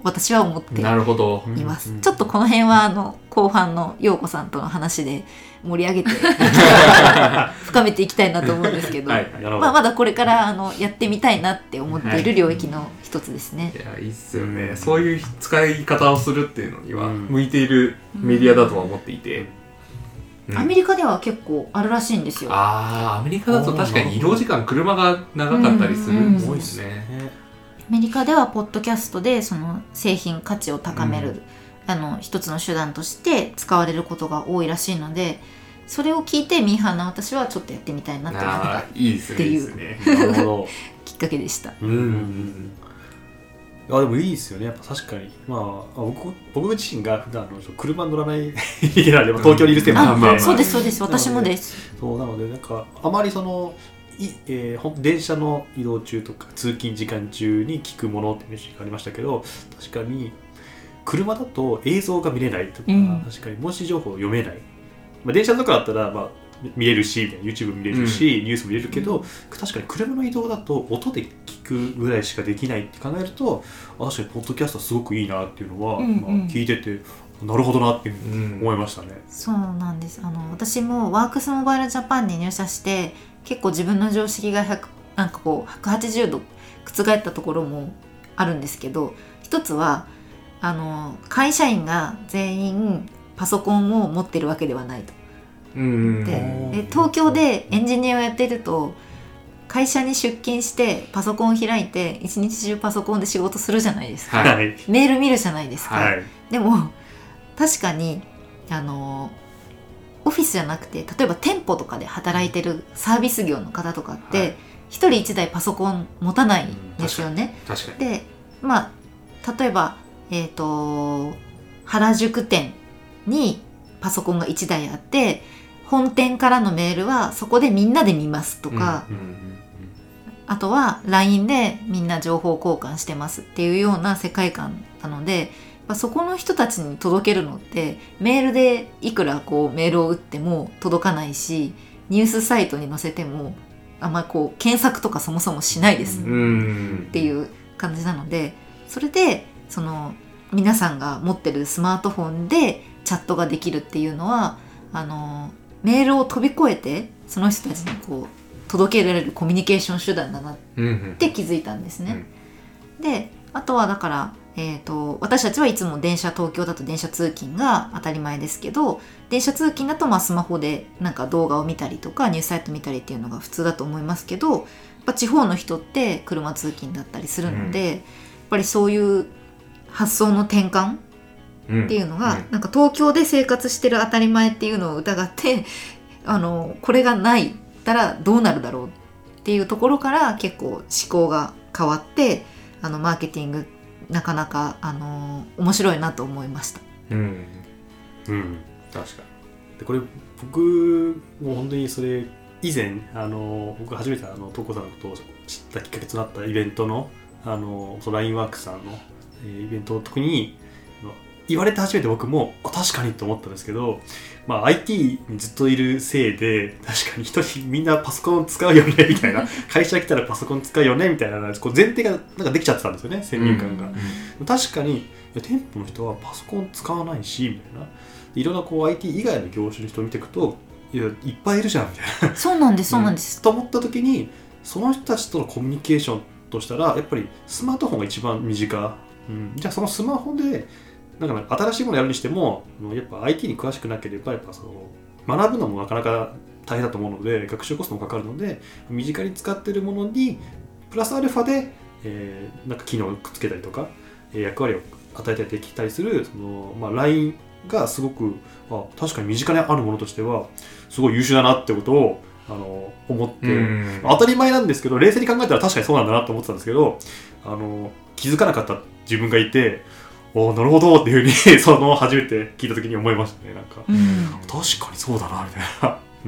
私は思ってい
なるほど。
ます、
うん
ちょっとこの辺はあの後半の陽子さんとの話で盛り上げて深めていきたいなと思うんですけど、
はい
なるほど、
まあ、まだこれからあのやってみたいなって思っている領域の一つですね、
いや、いいっすよね、
うん
そういう使い方をするっていうのには
うん
向いているメディアだとは思っていて、うん
アメリカでは結構あるらしいんですよ。
あーアメリカだと確かに移動時間車が長かったりするんです
多いです
よね、
ね。
アメリカではポッドキャストでその製品価値を高める、
うん
あの一つの手段として使われることが多いらしいので、それを聞いてミーハーな私はちょっとやってみたいなって思った
あーいいですね
っていう
いいですね
なるほど。
きっかけでした。
うんうんうんあでもいいですよね、やっぱ確かに、まあ、僕, 僕自身が普段あの車乗らない家なんで、東京にいるせいもあ
あ、
るんで、
そうですそうです、私もです。
そうなので、なんかあまりそのい、えーほん電車の移動中とか通勤時間中に聞くものっていう話がありましたけど、確かに車だと映像が見れないとか、
うん
確かに文字情報読めない、まあ、電車とかだったら、まあ、見れるしみたいな YouTube 見れるし、
うん、
ニュースも見れるけど、確かに車の移動だと音で聞くぐらいしかできないって考えると、あ確かにポッドキャストすごくいいなっていうのは、
うんうん
まあ、聞いててなるほどなっていうふうに
うん
思いましたね。
そうなんです。あの私もワークスモバイルジャパンに入社して結構自分の常識がひゃくなんかこうひゃくはちじゅうど覆ったところもあるんですけど、一つはあの会社員が全員パソコンを持ってるわけではないと。
うん
で
うん
で東京でエンジニアをやってると会社に出勤してパソコンを開いて一日中パソコンで仕事するじゃないですか、
はい
はい
メール見るじゃないですか、
はい
でも確かにあのオフィスじゃなくて例えば店舗とかで働いてるサービス業の方とかっ
は
て
い
一人一台パソコン持たないんですよね。
確かに
でまあ例えばえっ、と原宿店にパソコンがいちだいあって本店からのメールはそこでみんなで見ますとか、
うんうん
あとは ライン でみんな情報交換してますっていうような世界観なので、やっぱそこの人たちに届けるのってメールでいくらこうメールを打っても届かないし、ニュースサイトに載せてもあんまりこう検索とかそもそもしないですっ
うん
ていう感じなので、それでその皆さんが持ってるスマートフォンでチャットができるっていうのはあのメールを飛び越えてその人たちにこう届けられるコミュニケーション手段だなっ
うんうん
て気づいたんですね。であとはだから、えーと、私たちはいつも電車東京だと電車通勤が当たり前ですけど、電車通勤だとまあスマホでなんか動画を見たりとかニュースサイト見たりっていうのが普通だと思いますけど、やっぱ地方の人って車通勤だったりするので、
うん
やっぱりそういう発想の転換
うん
っていうのが、なんか東京で生活してる当たり前っていうのを疑ってあのこれがないったらどうなるだろうっていうところから結構思考が変わって、あのマーケティングなかなかあの面白いなと思いました。
うん
うん
確か
でこれ僕も本当にそれ以前あの僕初めてあのトコさんのことを知ったきっかけとなったイベントのあのその ライン ワークさんの、えーイベントの時にあの言われて初めて僕もあ確かにと思ったんですけど、まあ、アイティー にずっといるせいで確かに一人みんなパソコン使うよねみたいな会社来たらパソコン使うよねみたいなこう前提がなんかできちゃってたんですよね、先入観が、確かにいや店舗の人はパソコン使わないしみたいないろんなこう アイティー 以外の業種の人を見ていくといやいっぱいいるじゃんみたいな
そうなんですそうなんです、
と思った時にその人たちとのコミュニケーションとしたらやっぱりスマートフォンが一番身近、うん、じゃあそのスマホでなんか新しいものやるにしてもやっぱ アイティー に詳しくなければやっぱその学ぶのもなかなか大変だと思うので学習コストもかかるので身近に使っているものにプラスアルファで、えー、なんか機能をくっつけたりとか役割を与えたりできたりするその、まあ、ライン がすごくあ確かに身近にあるものとしてはすごい優秀だなってことをあの思って、
うん
当たり前なんですけど冷静に考えたら確かにそうなんだなと思ってたんですけどあの気づかなかった自分がいておなるほどっていうふうにその初めて聞いた時に思いましたね。なんか、
うん、
確かにそうだなみたいな、うん、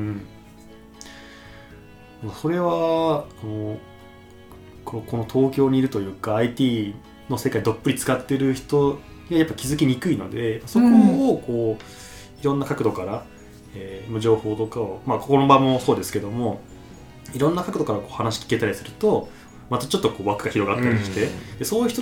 それはあのこのこの東京にいるというか アイティー の世界どっぷり使ってる人にやっぱ気づきにくいのでそこをこういろんな角度からえー、情報とかを、まあ、ここの場もそうですけどもいろんな角度からこう話聞けたりするとまたちょっとこう枠が広がったりして、
うん、
でそういう人の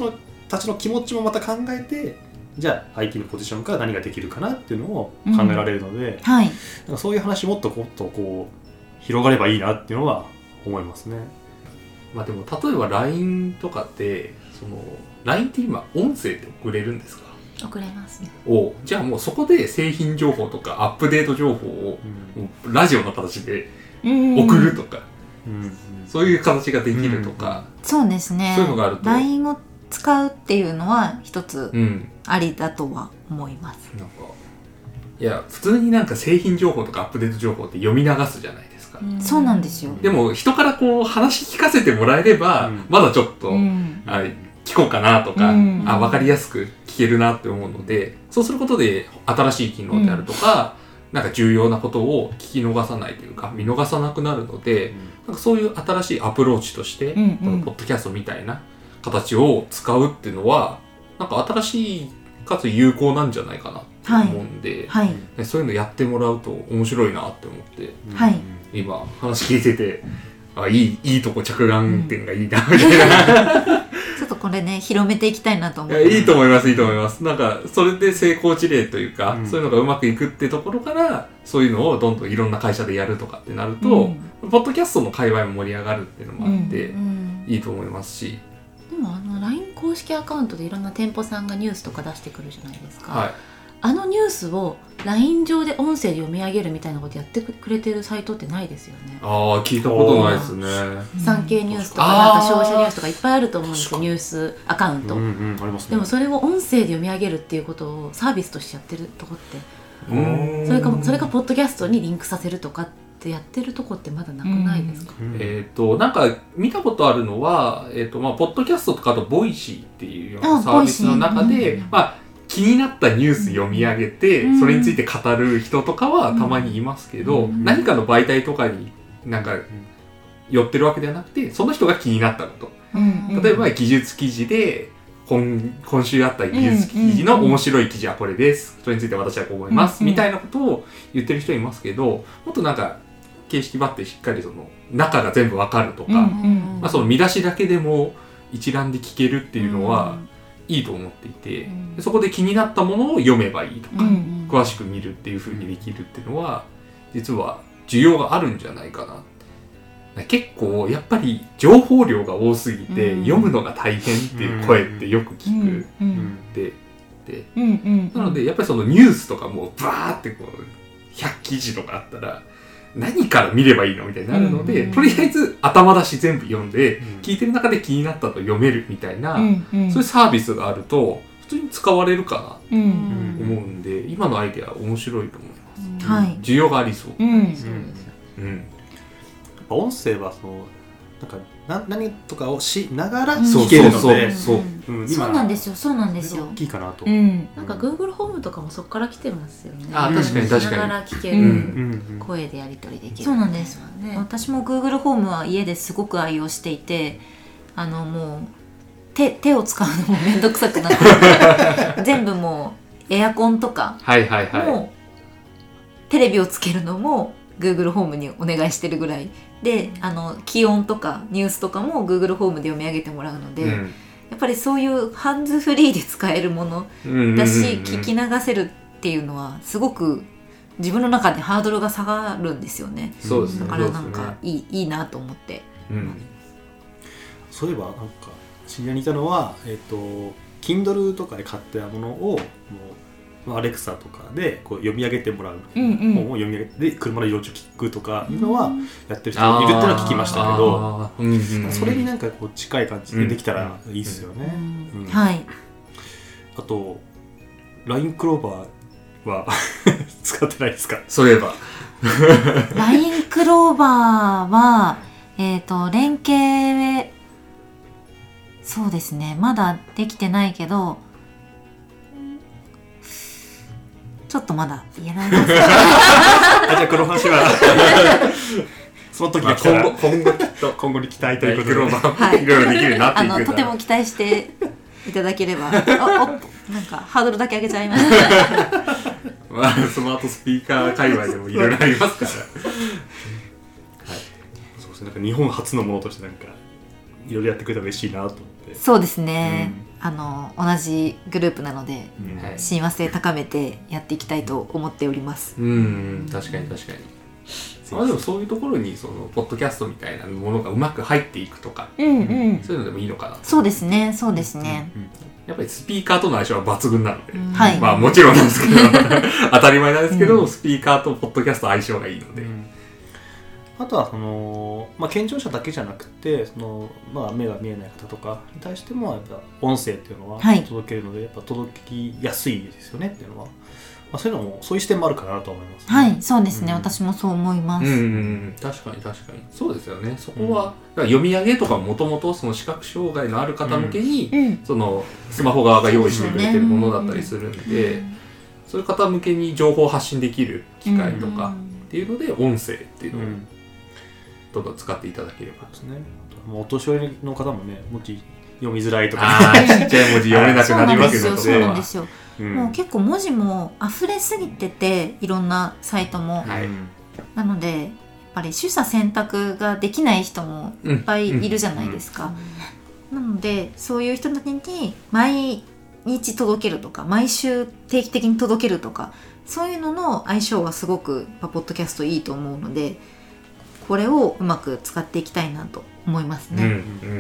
たちの気持ちもまた考えて、じゃあ アイティー のポジションから何ができるかなっていうのを考えられるので、
うん、はい、
なんかそういう話もっともっとこう広がればいいなっていうのは思いますね。
まあでも例えば ライン とかってその ライン って今音声で送れるんですか？
送れますね。
おじゃあもうそこで製品情報とかアップデート情報を、うん、ラジオの形で送るとか、うんうん、そういう形ができるとか、
うん、そうですね。
そういうのがあると
ライン を使うっていうのは一つありだとは思います、
うん、なんかいや普通になんか製品情報とかアップデート情報って読み流すじゃないですか、
うん、そうなんですよ。
でも人からこう話聞かせてもらえれば、うん、まだちょっと、うん、あ聞こうかなとか、うん、あ分かりやすく聞けるなって思うので、そうすることで新しい機能であるとか、うん、なんか重要なことを聞き逃さないというか見逃さなくなるので、うん、なんかそういう新しいアプローチとして、うんうん、このポッドキャストみたいな形を使うっていうのはなんか新しいかつ有効なんじゃないかなと思うんで、はいはい、そういうのやってもらうと面白いなって思って、はい、今話聞いててあいい、いいとこ着眼点がいいなみたいな、うん
ちょっとこれね広めていきたいなと思う。
いやいいと思いますいいと思います。なんかそれで成功事例というか、うん、そういうのがうまくいくってところからそういうのをどんどんいろんな会社でやるとかってなると、うん、ポッドキャストの界隈も盛り上がるっていうのもあって、うん、いいと思いますし、
でもあの ライン 公式アカウントでいろんな店舗さんがニュースとか出してくるじゃないですか、はい、あのニュースを ライン 上で音声で読み上げるみたいなことやってくれてるサイトってないですよね。
ああ聞いたことないですね。
産経ニュースとかなんか消費者ニュースとかいっぱいあると思うんですよ、ニュースアカウント、うんうん、ありますね。でもそれを音声で読み上げるっていうことをサービスとしてやってるとこってそれかそれかポッドキャストにリンクさせるとかってやってるとこってまだなくないですか？
うん、えっ、ー、となんか見たことあるのは、えーとまあ、ポッドキャストとかあとボイシーっていうようなサービスの中で、まあ気になったニュース読み上げて、うん、それについて語る人とかはたまにいますけど、うん、何かの媒体とかになんか寄ってるわけではなくてその人が気になったこと、うん、例えば技術記事で 今, 今週あった技術記事の面白い記事はこれです、それについて私はこう思います、うん、みたいなことを言ってる人いますけど、もっとなんか形式ばってしっかりその中が全部わかるとか、うんうんまあ、その見出しだけでも一覧で聞けるっていうのは、うんいいと思っていて、うん、そこで気になったものを読めばいいとか、うんうん、詳しく見るっていう風にできるっていうのは実は需要があるんじゃないかな。結構やっぱり情報量が多すぎて、うん、読むのが大変っていう声ってよく聞く、うん、で, で、うんうん、なのでやっぱりそのニュースとかもバーってこうひゃく記事とかあったら何から見ればいいのみたいになるので、うんうん、とりあえず頭出し全部読んで、うん、聞いてる中で気になったと読めるみたいな、うんうん、そういうサービスがあると普通に使われるかなと思うんで、うん、今のアイデア面白いと思います、うん、需要がありそう、うんうん
うん、音声はそのなんかな何とかをしながら聞けるので、
そうなんですよそうなんですよ
大きいかなと、
うん、なんか Google ホームとかもそこから来てますよね。
あ確かに確かに
しながら聞ける、うん、声でやり取りできる、
そうなんです、ね、私も Google ホームは家ですごく愛用していて、あのもう 手, 手を使うのもめんどくさくなって全部もうエアコンとかも、はいはいはい、テレビをつけるのもGoogle ホームにお願いしてるぐらいで、あの気温とかニュースとかも Google ホームで読み上げてもらうので、うん、やっぱりそういうハンズフリーで使えるものだし、聞き流せるっていうのはすごく自分の中でハードルが下がるんですよね。
そうですね。
だからなんかいい、いいなと思って、うん、
そういえばなんか知り合いにいたのは、えーと、Kindle とかで買ったものをもうアレクサとかでこう読み上げてもらう、うんうん、本を読み上げて車の移動中聞くとかいうのはやってる人いるっていうのは聞きましたけど、うんうん、それになんかこう近い感じでできたらいいですよね、うんうんうん、
はい。
あと ライン クローバーは使ってないですか？
そういえば
ライン クローバーはえっと連携そうですねまだできてないけどちょっとまだ言えないですじゃ
あこの話はその時が来たら、まあ、今後、今後きっと今後に期待ということで、
はい、
いろいろできるようになっていく
あのとても期待していただければおおなんかハードルだけ上げちゃいました
まあ、スマートスピーカー界隈でもいろいろありますからはい、
そうですね、なんか日本初のものとしてなんかいろいろやってくれたら嬉しいなと思ってて。
そうですね、うん、あの同じグループなので、うん、親和性高めてやっていきたいと思っております。
うん、うん、確かに確かに。まあでもそういうところにそのポッドキャストみたいなものがうまく入っていくとか、
うんうん、
そういうのでもいいのかな。
そうですね、そうですね、
うんうん、やっぱりスピーカーとの相性は抜群なので、
うん、ま
あもちろんなんですけど当たり前なんですけど、うん、スピーカーとポッドキャスト相性がいいので、うん、
あとはその、まあ、健常者だけじゃなくてその、まあ、目が見えない方とかに対してもやっぱ音声っていうのは届けるので、はい、やっぱ届きやすいですよねっていうのは、まあ、そういうのもそういう視点もあるかなと思います、ね、
はい、そうですね、うん、私もそう思います、
うんうん、確かに確かにそうですよね。そこは、うん、読み上げとかもともとその視覚障害のある方向けに、うん、そのスマホ側が用意してくれてるものだったりするんで、そう、ね、そういう方向けに情報を発信できる機会とかっていうので、音声っていうのをどんどん使っていただければですね。
お年寄りの方もね、もち読みづらいとか、
ちっちゃい文字読めなくなりますけど、
そうなんですよ。うん、もう結構文字も溢れすぎてて、いろんなサイトも、はい、なのでやっぱり取捨選択ができない人もいっぱいいるじゃないですか、うんうん、なのでそういう人たちに毎日届けるとか毎週定期的に届けるとかそういうのの相性はすごくポッドキャストいいと思うので、これをうまく使っていきたいなと思いますね、うんうん、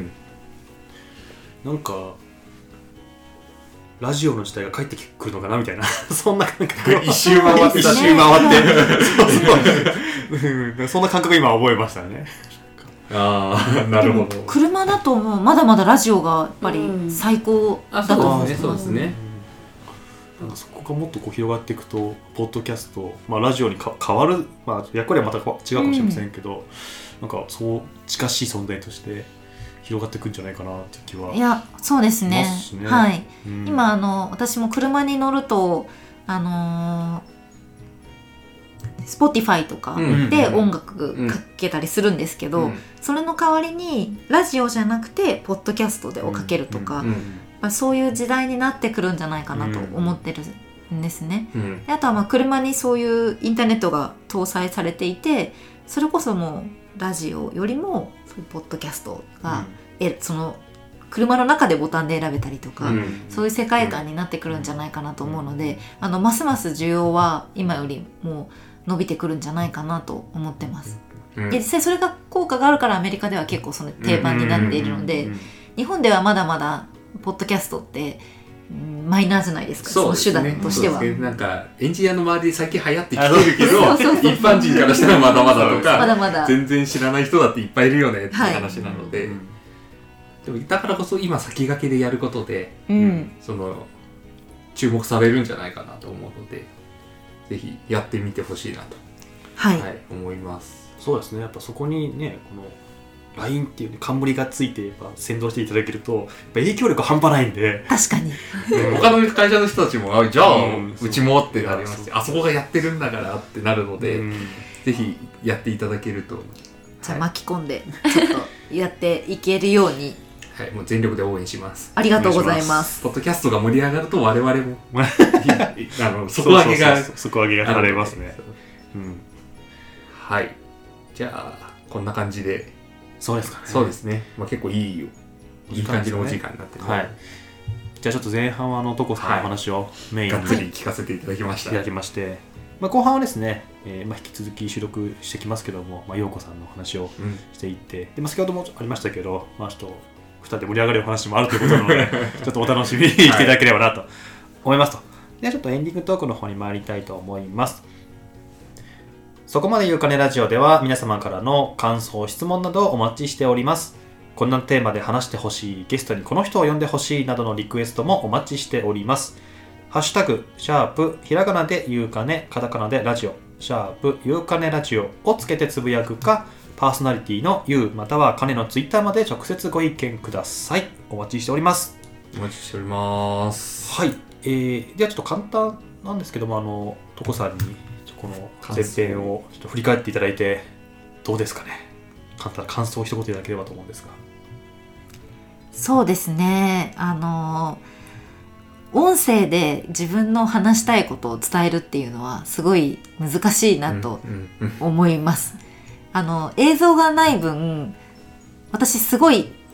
なんかラジオの時代が帰ってくるのかなみたいなそんな感覚
一周回って一周回ってそう
そう、そんな感覚今覚えましたね。
ああ、なるほど。
車だともうまだまだラジオがやっぱり最高だと思うんです。
そうですね。
なんかそこがもっとこう広がっていくとポッドキャスト、まあ、ラジオにか変わる、まあ、役割はまた違うかもしれませんけど、うん、なんかそう近しい存在として広がっていくんじゃないかなって気は。
いや、そうですね。ね、はい。うん、今あの私も車に乗るとあのー、Spotify とかで音楽かけたりするんですけど、うんうん、それの代わりにラジオじゃなくてポッドキャストでをかけるとか、うんうんうん、そういう時代になってくるんじゃないかなと思ってるんですね。うん、であとはまあ車にそういうインターネットが搭載されていて、それこそもうラジオよりもポッドキャストが、うん、えその車の中でボタンで選べたりとか、うん、そういう世界観になってくるんじゃないかなと思うので、あのますます需要は今よりも伸びてくるんじゃないかなと思ってます、うん、で実際それが効果があるからアメリカでは結構その定番になっているので、日本ではまだまだポッドキャストってマイナーじゃないですか。
そうですね、
その手段としては、
ね、なんかエンジニアの周りで最近流行ってきてるけど一般人からしたらまだまだとか
まだまだ
全然知らない人だっていっぱいいるよねって話なので、はい、でもだからこそ今先駆けでやることで、うん、その注目されるんじゃないかなと思うので、ぜひやってみてほしいなと、
はい
はい、思います。
そうですね、やっぱそこにねこのライン っていう、ね、冠がついて先導していただけるとやっぱ影響力半端ないんで、
確かに
他の会社の人たちもあじゃあ、うん、うちもってなりますし、あそこがやってるんだからってなるので、うん、ぜひやっていただけると、
じゃあ巻き込んでちょっとやっていけるように
はい、もう全力で応援します。
ありがとうございます。
ポッドキャストが盛り上がると我々もあの底上げが
底上げがされますね、うん、
はい、じゃあこんな感じで。
そうですかね。
そうですね。まあ、結構いいよ。いい感じのお時間になってる、ね。はい。
じゃあちょっと前半はあのトコさんの話をメインに、
はい、がっつり聞かせていただきました。
いただきまして、まあ、後半はですね、えーまあ、引き続き収録してきますけども、まあ、陽子さんの話をしていって、うん、でまあ、先ほどもありましたけど、まあ、ちょっとふたりで盛り上がるお話もあるということなのでちょっとお楽しみにしていただければなと思いますと。はい、ではちょっとエンディングトークの方に参りたいと思います。そこまで言うかねラジオでは皆様からの感想、質問などをお待ちしております。こんなテーマで話してほしい、ゲストにこの人を呼んでほしいなどのリクエストもお待ちしております。ハッシュタグ、シャープ、ひらがなで言うかね、カタカナでラジオ、シャープ、言うかねラジオをつけてつぶやくか、パーソナリティのゆうまたはかねのツイッターまで直接ご意見ください。お待ちしております。
お待ちしております。
はい。えー、ではちょっと簡単なんですけども、あの、トコさんにこの前編をちょっと振り返っていただいてどうですかね。簡単な感想を一言いただければと思うんですが。
そうですね、あの音声で自分の話したいことを伝えるっていうのはすごい難しいなと思います、うんうんうん、あの映像がない分私すごい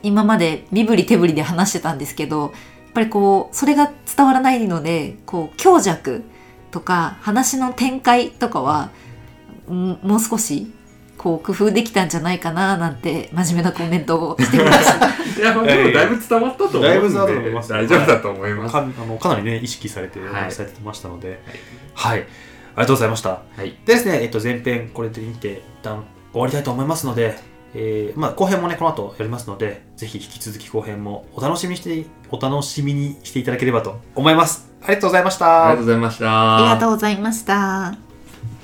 今まで身振り手振りで話してたんですけど、やっぱりこうそれが伝わらないので、こう強弱とか話の展開とかはもう少しこう工夫できたんじゃないかななんて真面目なコメントをしてみました
いやでもだいぶ伝わったと思うんで、
だいぶ伝わったと思います、
大丈夫だと思います。
か, あのかなりね意識されてお話しされてましたので、
はい、
はい、ありがとうございました。
はい、
でですね、えっと、前編これで見て一旦終わりたいと思いますので、えーまあ、後編もねこの後やりますので、ぜひ引き続き後編もお楽しみにしてお楽しみにしていただければと思います。ありがとうございました。
ありがとうございました。
ありがとうございました。